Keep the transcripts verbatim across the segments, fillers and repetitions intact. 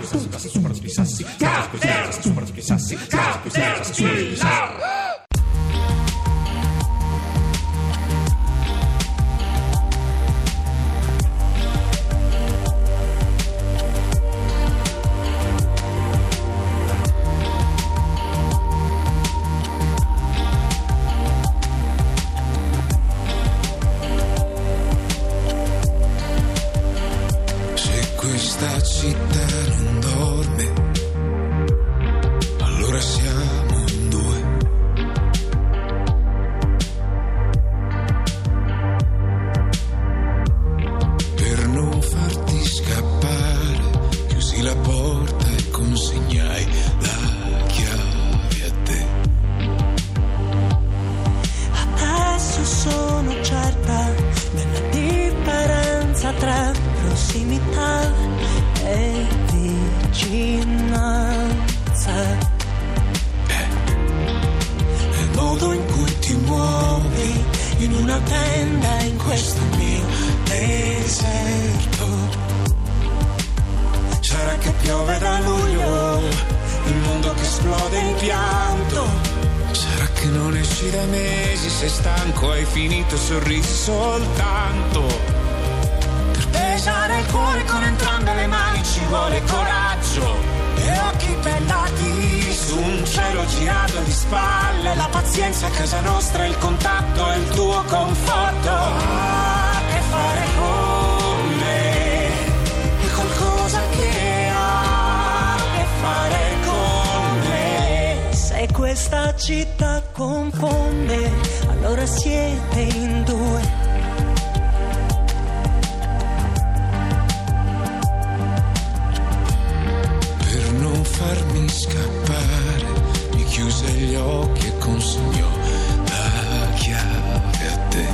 Questa città non dorme, allora siamo in due. Per non farti scappare, chiusi la porta e consegnai la chiave a te. Adesso sono certa della differenza tra prossimità e vicinanza. Eh, il modo in cui ti muovi in una tenda in questo mio deserto. Sarà che piove da luglio, il mondo che esplode in pianto. Sarà che non esci da mesi, sei stanco, hai finito, sorrisi soltanto. Pesare il cuore con entrambe le mani ci vuole coraggio e occhi bellati su un cielo girato di spalle. La pazienza a casa nostra, il contatto e il tuo conforto. Ah, che fare con me è qualcosa che ha a che fare con me. Se questa città confonde, allora siete in due. Farmi scappare, mi chiuse gli occhi e consegnò la chiave a te.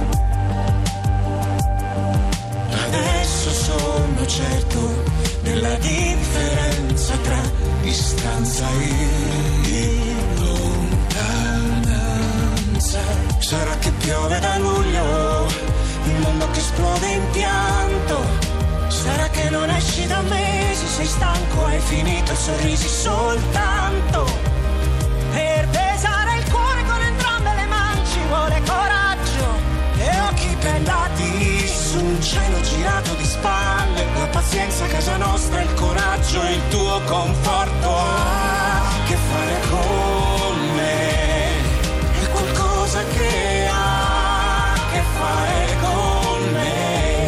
Adesso sono certo della differenza tra distanza e lontananza. Sarà che piove da luglio, il mondo che esplode in pianto. Sarà che non esci da mesi, sei stanco, hai finito, sorrisi soltanto. Per pesare il cuore con entrambe le mani ci vuole coraggio e occhi bellati su un cielo girato di spalle. La pazienza a casa nostra, il coraggio e il tuo conforto. Ah, che fare con me è qualcosa che ha a che fare con me.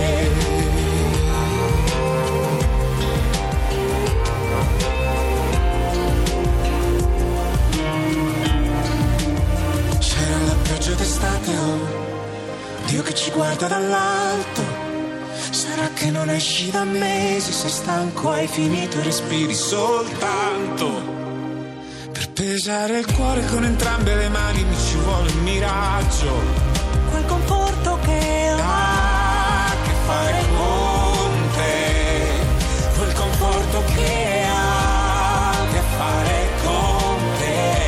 D'estate, oh, Dio che ci guarda dall'alto. Sarà che non esci da mesi, sei stanco, hai finito e respiri soltanto. Per pesare il cuore con entrambe le mani mi ci vuole un miraggio. Quel conforto che ha a che fare con te. Quel conforto che ha a che fare con te.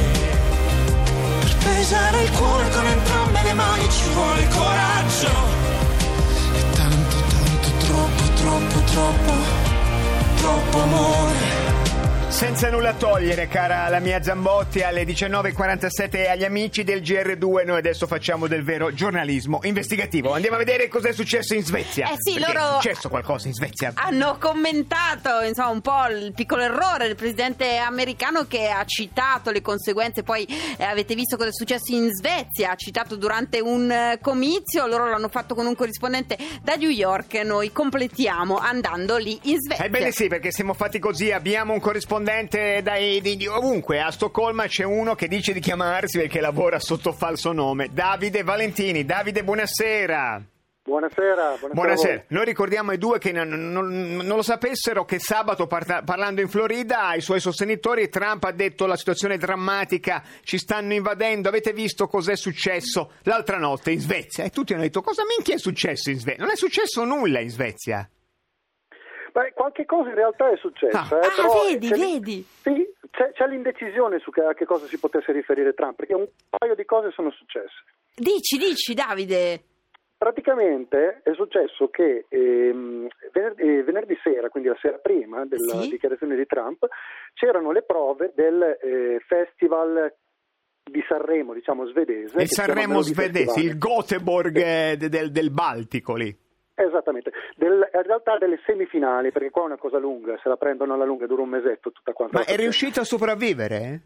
Pesare il cuore con entrambe le mani ci vuole coraggio e tanto, tanto, troppo, troppo, troppo, troppo amore. Senza nulla togliere, cara la mia Zambotti, alle diciannove e quarantasette agli amici del G R due, noi adesso facciamo del vero giornalismo investigativo. Andiamo a vedere cosa è successo in Svezia. Eh sì, Perché loro è successo qualcosa in Svezia. Hanno commentato, insomma, un po' il piccolo errore del presidente americano, che ha citato le conseguenze. Poi eh, avete visto cosa è successo in Svezia, ha citato durante un uh, comizio. Loro l'hanno fatto con un corrispondente da New York, noi completiamo andando lì in Svezia. Ebbene sì, perché siamo fatti così, abbiamo un corrispondente dai, di, di ovunque. A Stoccolma c'è uno che dice di chiamarsi, perché lavora sotto falso nome, Davide Valentini. Davide, buonasera. Buonasera. Buonasera. Buonasera. Noi ricordiamo ai due che non, non, non lo sapessero che sabato, parta, parlando in Florida, ai suoi sostenitori, Trump ha detto: la situazione è drammatica, ci stanno invadendo. Avete visto cos'è successo l'altra notte in Svezia? E tutti hanno detto: cosa minchia è successo in Svezia? Non è successo nulla in Svezia. Beh, qualche cosa in realtà è successa. Ah, eh, ah però vedi, c'è, vedi. Sì, c'è, c'è l'indecisione su che, a che cosa si potesse riferire Trump, perché un paio di cose sono successe. Dici, dici, Davide. praticamente è successo che ehm, venerdì, venerdì sera, quindi la sera prima della sì? dichiarazione di Trump, c'erano le prove del eh, festival di Sanremo, diciamo svedese. Il Sanremo svedese, il Göteborg eh, del, del Baltico lì. Esattamente, del, in realtà delle semifinali, perché qua è una cosa lunga, se la prendono alla lunga dura un mesetto tutta quanta. Ma è riuscito a sopravvivere?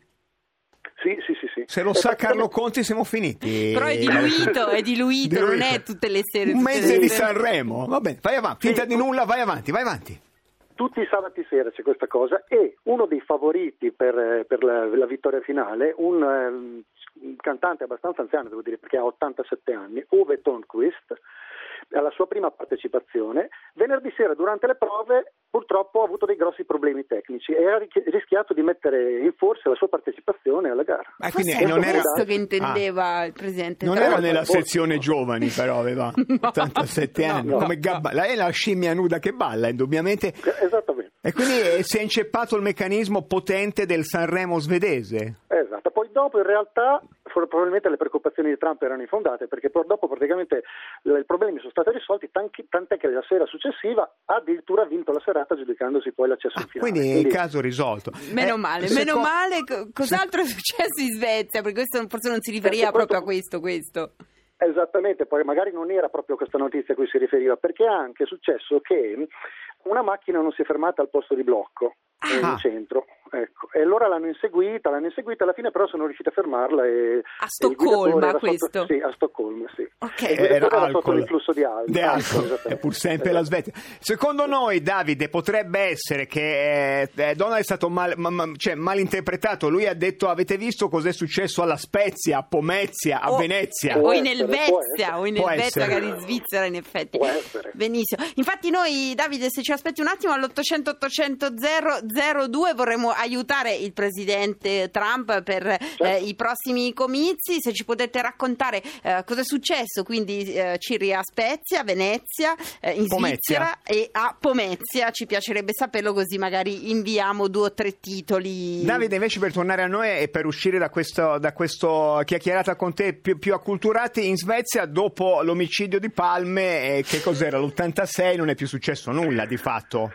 Sì, sì, sì, sì. Se lo sa Carlo Conti siamo finiti. Però è diluito, è diluito, Diluito. non è tutte le sere. Un tutte mese le di sere. Sanremo, va bene, vai avanti, finta Sì. di nulla, vai avanti, vai avanti. Tutti i sabati sera c'è questa cosa e uno dei favoriti per, per la, la vittoria finale, un, um, un cantante abbastanza anziano, devo dire, perché ha ottantasette anni, Ove Thörnqvist, alla sua prima partecipazione, venerdì sera durante le prove purtroppo ha avuto dei grossi problemi tecnici e ha rischiato di mettere in forse la sua partecipazione alla gara. Ah, Forse quindi era non era, questo che intendeva ah, il presidente non Trump. era nella Forse. sezione giovani, però aveva ottantasette no, anni, no, come no. Gabba, lei è la scimmia nuda che balla, indubbiamente. Esattamente. E quindi eh, si è inceppato il meccanismo potente del Sanremo svedese. Esatto, poi dopo in realtà for- probabilmente le preoccupazioni di Trump erano infondate perché poi dopo praticamente i problemi sono stati risolti tanti, tant'è che la sera successiva ha addirittura vinto la serata giudicandosi poi l'accesso Ah, in finale. quindi è il caso risolto. Meno Eh, male, seco- meno male. Co- Cos'altro è successo in Svezia? Perché questo forse non si riferiva Perché proprio a questo- questo, questo. Esattamente, poi magari non era proprio questa notizia a cui si riferiva, perché è anche successo che una macchina non si è fermata al posto di blocco eh, Ah. in centro, ecco. E allora l'hanno inseguita, l'hanno inseguita, alla fine però sono riusciti a fermarla e A e il Stoccolma, guidatore era questo? Sotto, sì, a Stoccolma, sì. Ok. E il guidatore Era era sotto alcol. l'influsso di alcol. Di alcol, esattamente. è pur sempre la Svezia. Secondo noi, Davide, potrebbe essere che eh, Donald è stato mal, ma, ma, cioè, mal interpretato. Lui ha detto: avete visto cos'è successo alla Spezia, a Pomezia, a O- Venezia? O Può in essere, può Elvezia, essere. o in Può Elvezia, essere. magari in Svizzera, in effetti. Può essere. Benissimo. Infatti noi, Davide, se ci aspetti un attimo, all'ottocento ottocento zero zero due vorremmo aiutare il presidente Trump per eh, i prossimi comizi. Se ci potete raccontare eh, cosa è successo, quindi eh, Ciri a Spezia, Venezia, eh, in Pomezia. Svizzera e a Pomezia, ci piacerebbe saperlo, così magari inviamo due o tre titoli. Davide, invece, per tornare a noi e per uscire da questo, da questo chiacchierata con te più, più acculturati, in Svezia dopo l'omicidio di Palme, eh, che cos'era? l'ottantasei, non è più successo nulla di fatto.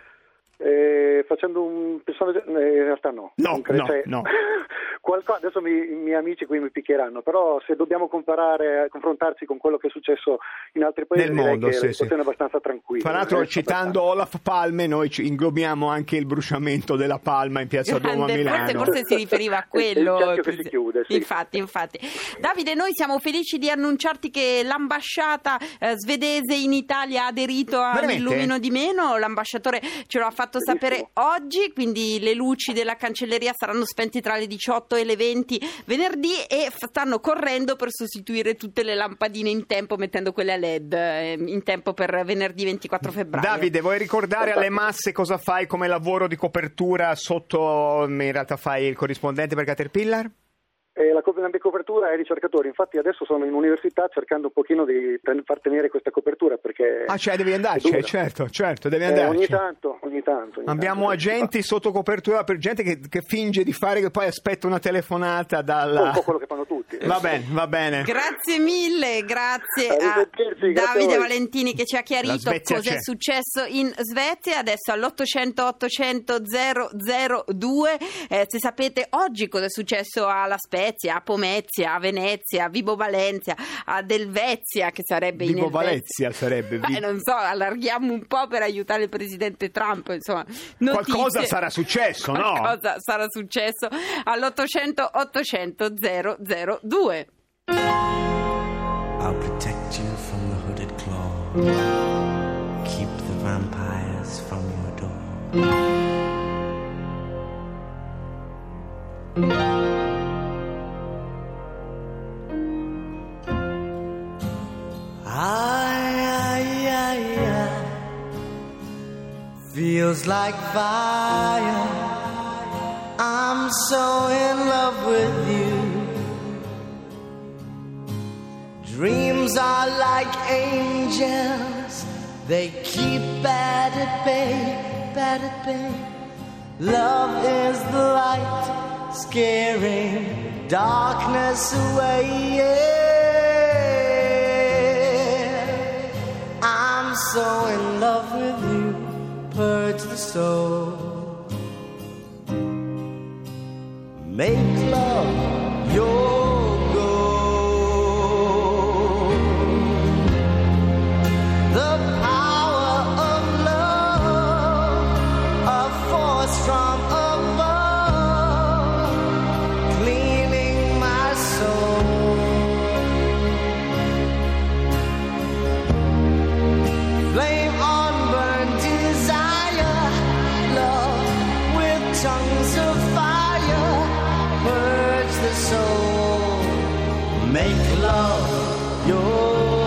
Eh, facendo un personaggio, eh, in realtà no. No, Non credo, no, cioè, no. qualcosa, adesso mi- i miei amici qui mi picchieranno, però se dobbiamo comparare, confrontarci con quello che è successo in altri paesi, Nel direi mondo, che sì, la situazione sì. è abbastanza tranquilla. Tra l'altro, Eh, citando Olaf Palme, noi ci inglobiamo anche il bruciamento della palma in Piazza Duomo a Grande, Milano. forse, forse si riferiva a quello. Il cerchio che si chiude, sì. Infatti, infatti. Davide, noi siamo felici di annunciarti che l'ambasciata eh, svedese in Italia ha aderito a Veramente? Illumino di meno. L'ambasciatore ce lo ha fatto sapere Benissimo. oggi, quindi le luci della cancelleria saranno spenti tra le diciotto e le venti venerdì e f- stanno correndo per sostituire tutte le lampadine in tempo, mettendo quelle a L E D eh, in tempo per venerdì ventiquattro febbraio. Davide, vuoi ricordare alle masse cosa fai come lavoro di copertura sotto, in realtà fai il corrispondente per Caterpillar? E la, co- la mia copertura è ricercatore, infatti adesso sono in università cercando un pochino di ten- far tenere questa copertura perché Ah, cioè devi è andarci, dura. eh, certo, certo, devi Eh, andarci. ogni tanto, ogni tanto. ogni Abbiamo tanto, agenti sotto copertura per gente che, che finge di fare, che poi aspetta una telefonata Un dalla... po' quello che fanno tutti. Va bene, va bene. Grazie mille, grazie a Arrivederci, grazie a Davide voi. Valentini che ci ha La chiarito Svezia cosa è c'è. successo in Svezia. Adesso all'ottocento ottocento zero zero due, eh, se sapete oggi cosa è successo alla Spezia, a Pomezia, a Venezia, a Vibo Valentia, a Delvezia, che sarebbe in Vibo Elvezia. Valencia sarebbe. Eh, non so, allarghiamo un po' per aiutare il presidente Trump, insomma. Notizie. Qualcosa sarà successo, no? Qualcosa sarà successo all'ottocento ottocento zero zero due. I'll protect you from the hooded claw. Keep the vampires from your door. I, I, I, I feels like fire. I'm so in love with you. Dreams are like angels, they keep bad at bay, bad at bay. Love is the light, scaring darkness away, yeah. so in love with you, purge the soul. Make love your goal. The power of love, a force from above, cleaning my soul. Flame on burn desire, love with tongues of fire, purge the soul, make love your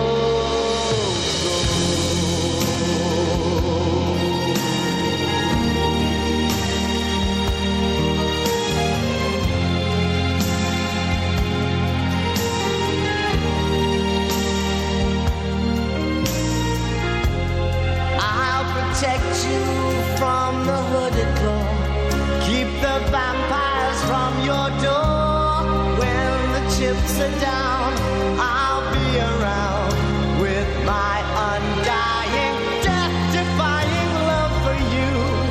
protect you from the hooded claw, keep the vampires from your door. When the chips are down, I'll be around with my undying, death-defying love for you.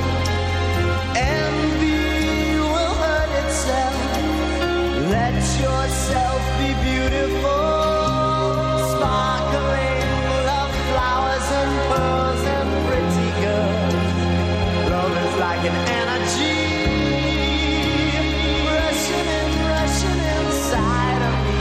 Envy will hurt itself, let yourself be beautiful, sparkling love flowers and pearls and pretty girls. Love is like an energy rushing and rushing inside of me.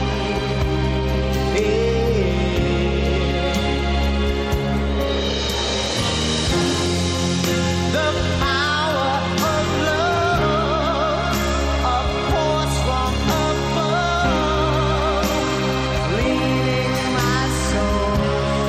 Yeah. The power of love, a force from above, leading my soul.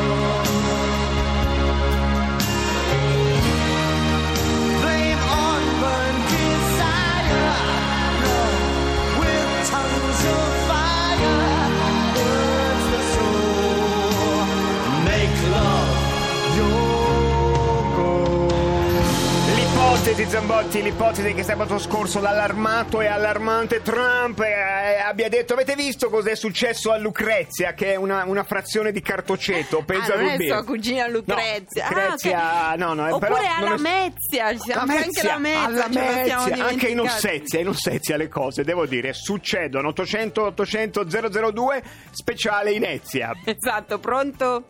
Flame on burn desire, love with tongues of fire, burns the soul, make love your goal. L'ipotesi, Zambotti, l'ipotesi che sabato scorso l'allarmato e allarmante Trump eh, abbia detto: avete visto cos'è successo a Lucrezia, che è una, una frazione di cartoceto, pensa Ah, non è Rubino. sua cugina Lucrezia. No, Lucrezia, Ah, ok. no, no, eh, Oppure però alla non è- Mezia, ci siamo La anche Mezia, la Mezia, alla ce la siamo Mezia, anche in dimenticati. Ossezia, in Ossezia le cose, devo dire, succedono. Ottocento ottocento zero zero due, speciale Inezia. Esatto, pronto?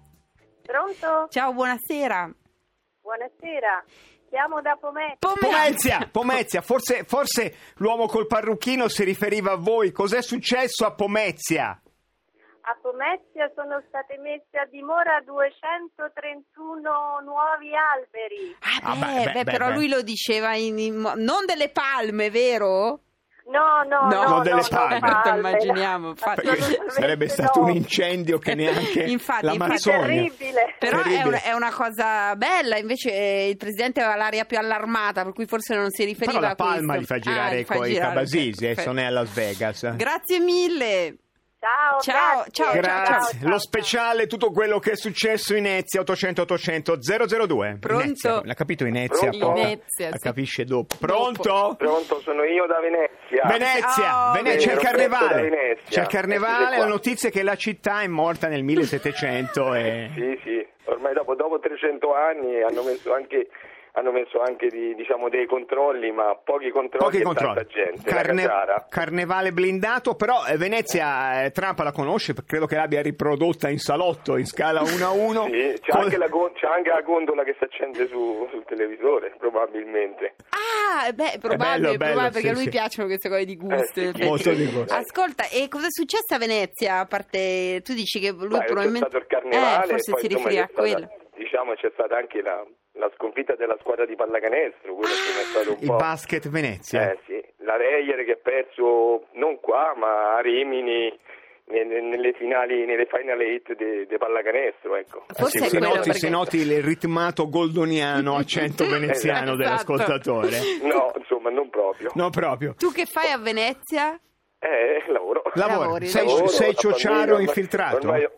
Pronto? Ciao, buonasera. Buonasera. Chiamo da Pomezia. Pomezia, Pomezia, forse, forse l'uomo col parrucchino si riferiva a voi. Cos'è successo a Pomezia? A Pomezia sono state messe a dimora duecentotrentuno nuovi alberi. Ah, Ah, beh, beh, beh, beh, però beh. lui lo diceva in, in mo- non delle palme, vero? No, no, No, no, non delle no, palme. no, Te immaginiamo, infatti. Perché Assolutamente sarebbe stato no. un incendio che neanche Infatti, l'Amazzonia. Terribile. Però è Terribile. una, è una cosa bella, invece eh, il presidente aveva l'aria più allarmata, per cui forse non si riferiva Però la a questo. palma li fa Ah, girare li fa coi girare, Cabasisi, eh, perfetto. non è a Las Vegas. Grazie mille. Ciao, Ciao, grazie. ciao, Grazie. ciao, Lo ciao. speciale, tutto quello che è successo in Ezia, ottocento ottocento zero zero due. Pronto? Inezia. L'ha capito Inezia? Pronto? poi? Inezia, La sì. capisce dopo. Pronto? Pronto, sono io da Venezia. Venezia, Oh, Vene- sì, c'è il Roberto carnevale. da Venezia. C'è il carnevale, Eccole la qua. notizia è che la città è morta nel millesettecento e... Sì, sì, ormai dopo, dopo trecento anni hanno messo anche, hanno messo anche di- diciamo dei controlli, ma pochi controlli Pochi e controlli. tanta gente. Carne- la Cagiara. carnevale blindato, però eh, Venezia eh, Trump la conosce, credo che l'abbia riprodotta in salotto in scala uno a uno. Sì, c'è, Col- anche la, go- c'è anche la gondola che si accende su- sul televisore, probabilmente. Ah, beh, bello, probabile, bello, probabile, perché sì, a lui sì. piacciono queste cose di gusto. Eh, sì, in effetti. molto di gusto. Ascolta, e cosa è successo a Venezia? A parte, tu dici che lui Beh, probabilmente... c'è stato il carnevale, eh, forse poi, si insomma, riferiva a c'è stata- quello. Diciamo c'è stata anche la, la sconfitta della squadra di pallacanestro, quello che è stato un il po'... basket Venezia. Eh sì, la Reyer che ha perso non qua ma a Rimini ne- ne- nelle finali, nelle final eight di pallacanestro, ecco. Forse Sì, è si, quello, noti, perché- si noti il ritmato goldoniano accento veneziano Esatto. dell'ascoltatore. No, insomma, non proprio. No, proprio. Tu che fai a Venezia? Eh, lavoro. Lavoro. Lavori, Sei, lavoro. sei la famiglia, ciociaro ormai- infiltrato? ormai-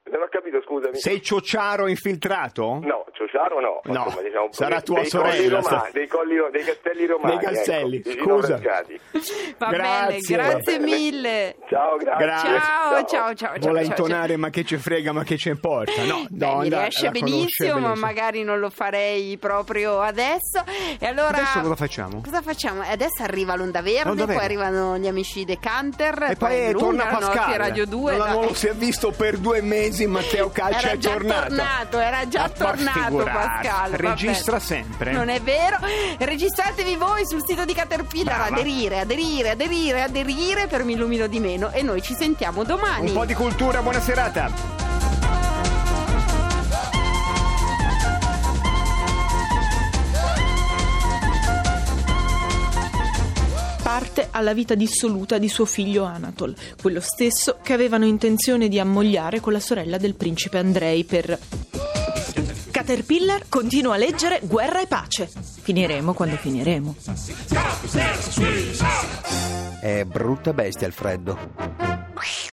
Non ho capito, scusami. Sei ciociaro infiltrato? No, ciociaro no. No, insomma, diciamo, sarà dei, tua dei sorella. Colli romani, Sa... dei, colli, dei castelli romani. Dei castelli, ecco, scusa. Va Grazie. bene, grazie Va bene. mille. Ciao, grazie. Grazie. Ciao, ciao, ciao. Vuole ciao, intonare ciao. ma che ci frega, ma che ci importa? No, Beh, no, mi la- riesce la conosce benissimo, ma benissimo. magari non lo farei proprio adesso. E allora Adesso cosa facciamo? Cosa facciamo? Adesso arriva l'Onda Verde, L'Onda Verde. poi arrivano gli amici De Canter, E poi torna Lunga, Pascal. no, Radio due. non, no, non lo eh. si è visto per due mesi. Matteo Calci Era è già tornato. tornato, era già Ma fa tornato figurarsi. Pascal. va Registra bene. sempre. Non è vero? Registratevi voi sul sito di Caterpillar, Brava. aderire, aderire, aderire, aderire per Mi illumino di meno e noi ci sentiamo domani. Un po' di cultura, buona serata. Parte alla vita dissoluta di suo figlio Anatol, quello stesso che avevano intenzione di ammogliare con la sorella del principe Andrei per... Caterpillar continua a leggere Guerra e pace. Finiremo quando finiremo. È brutta bestia il freddo.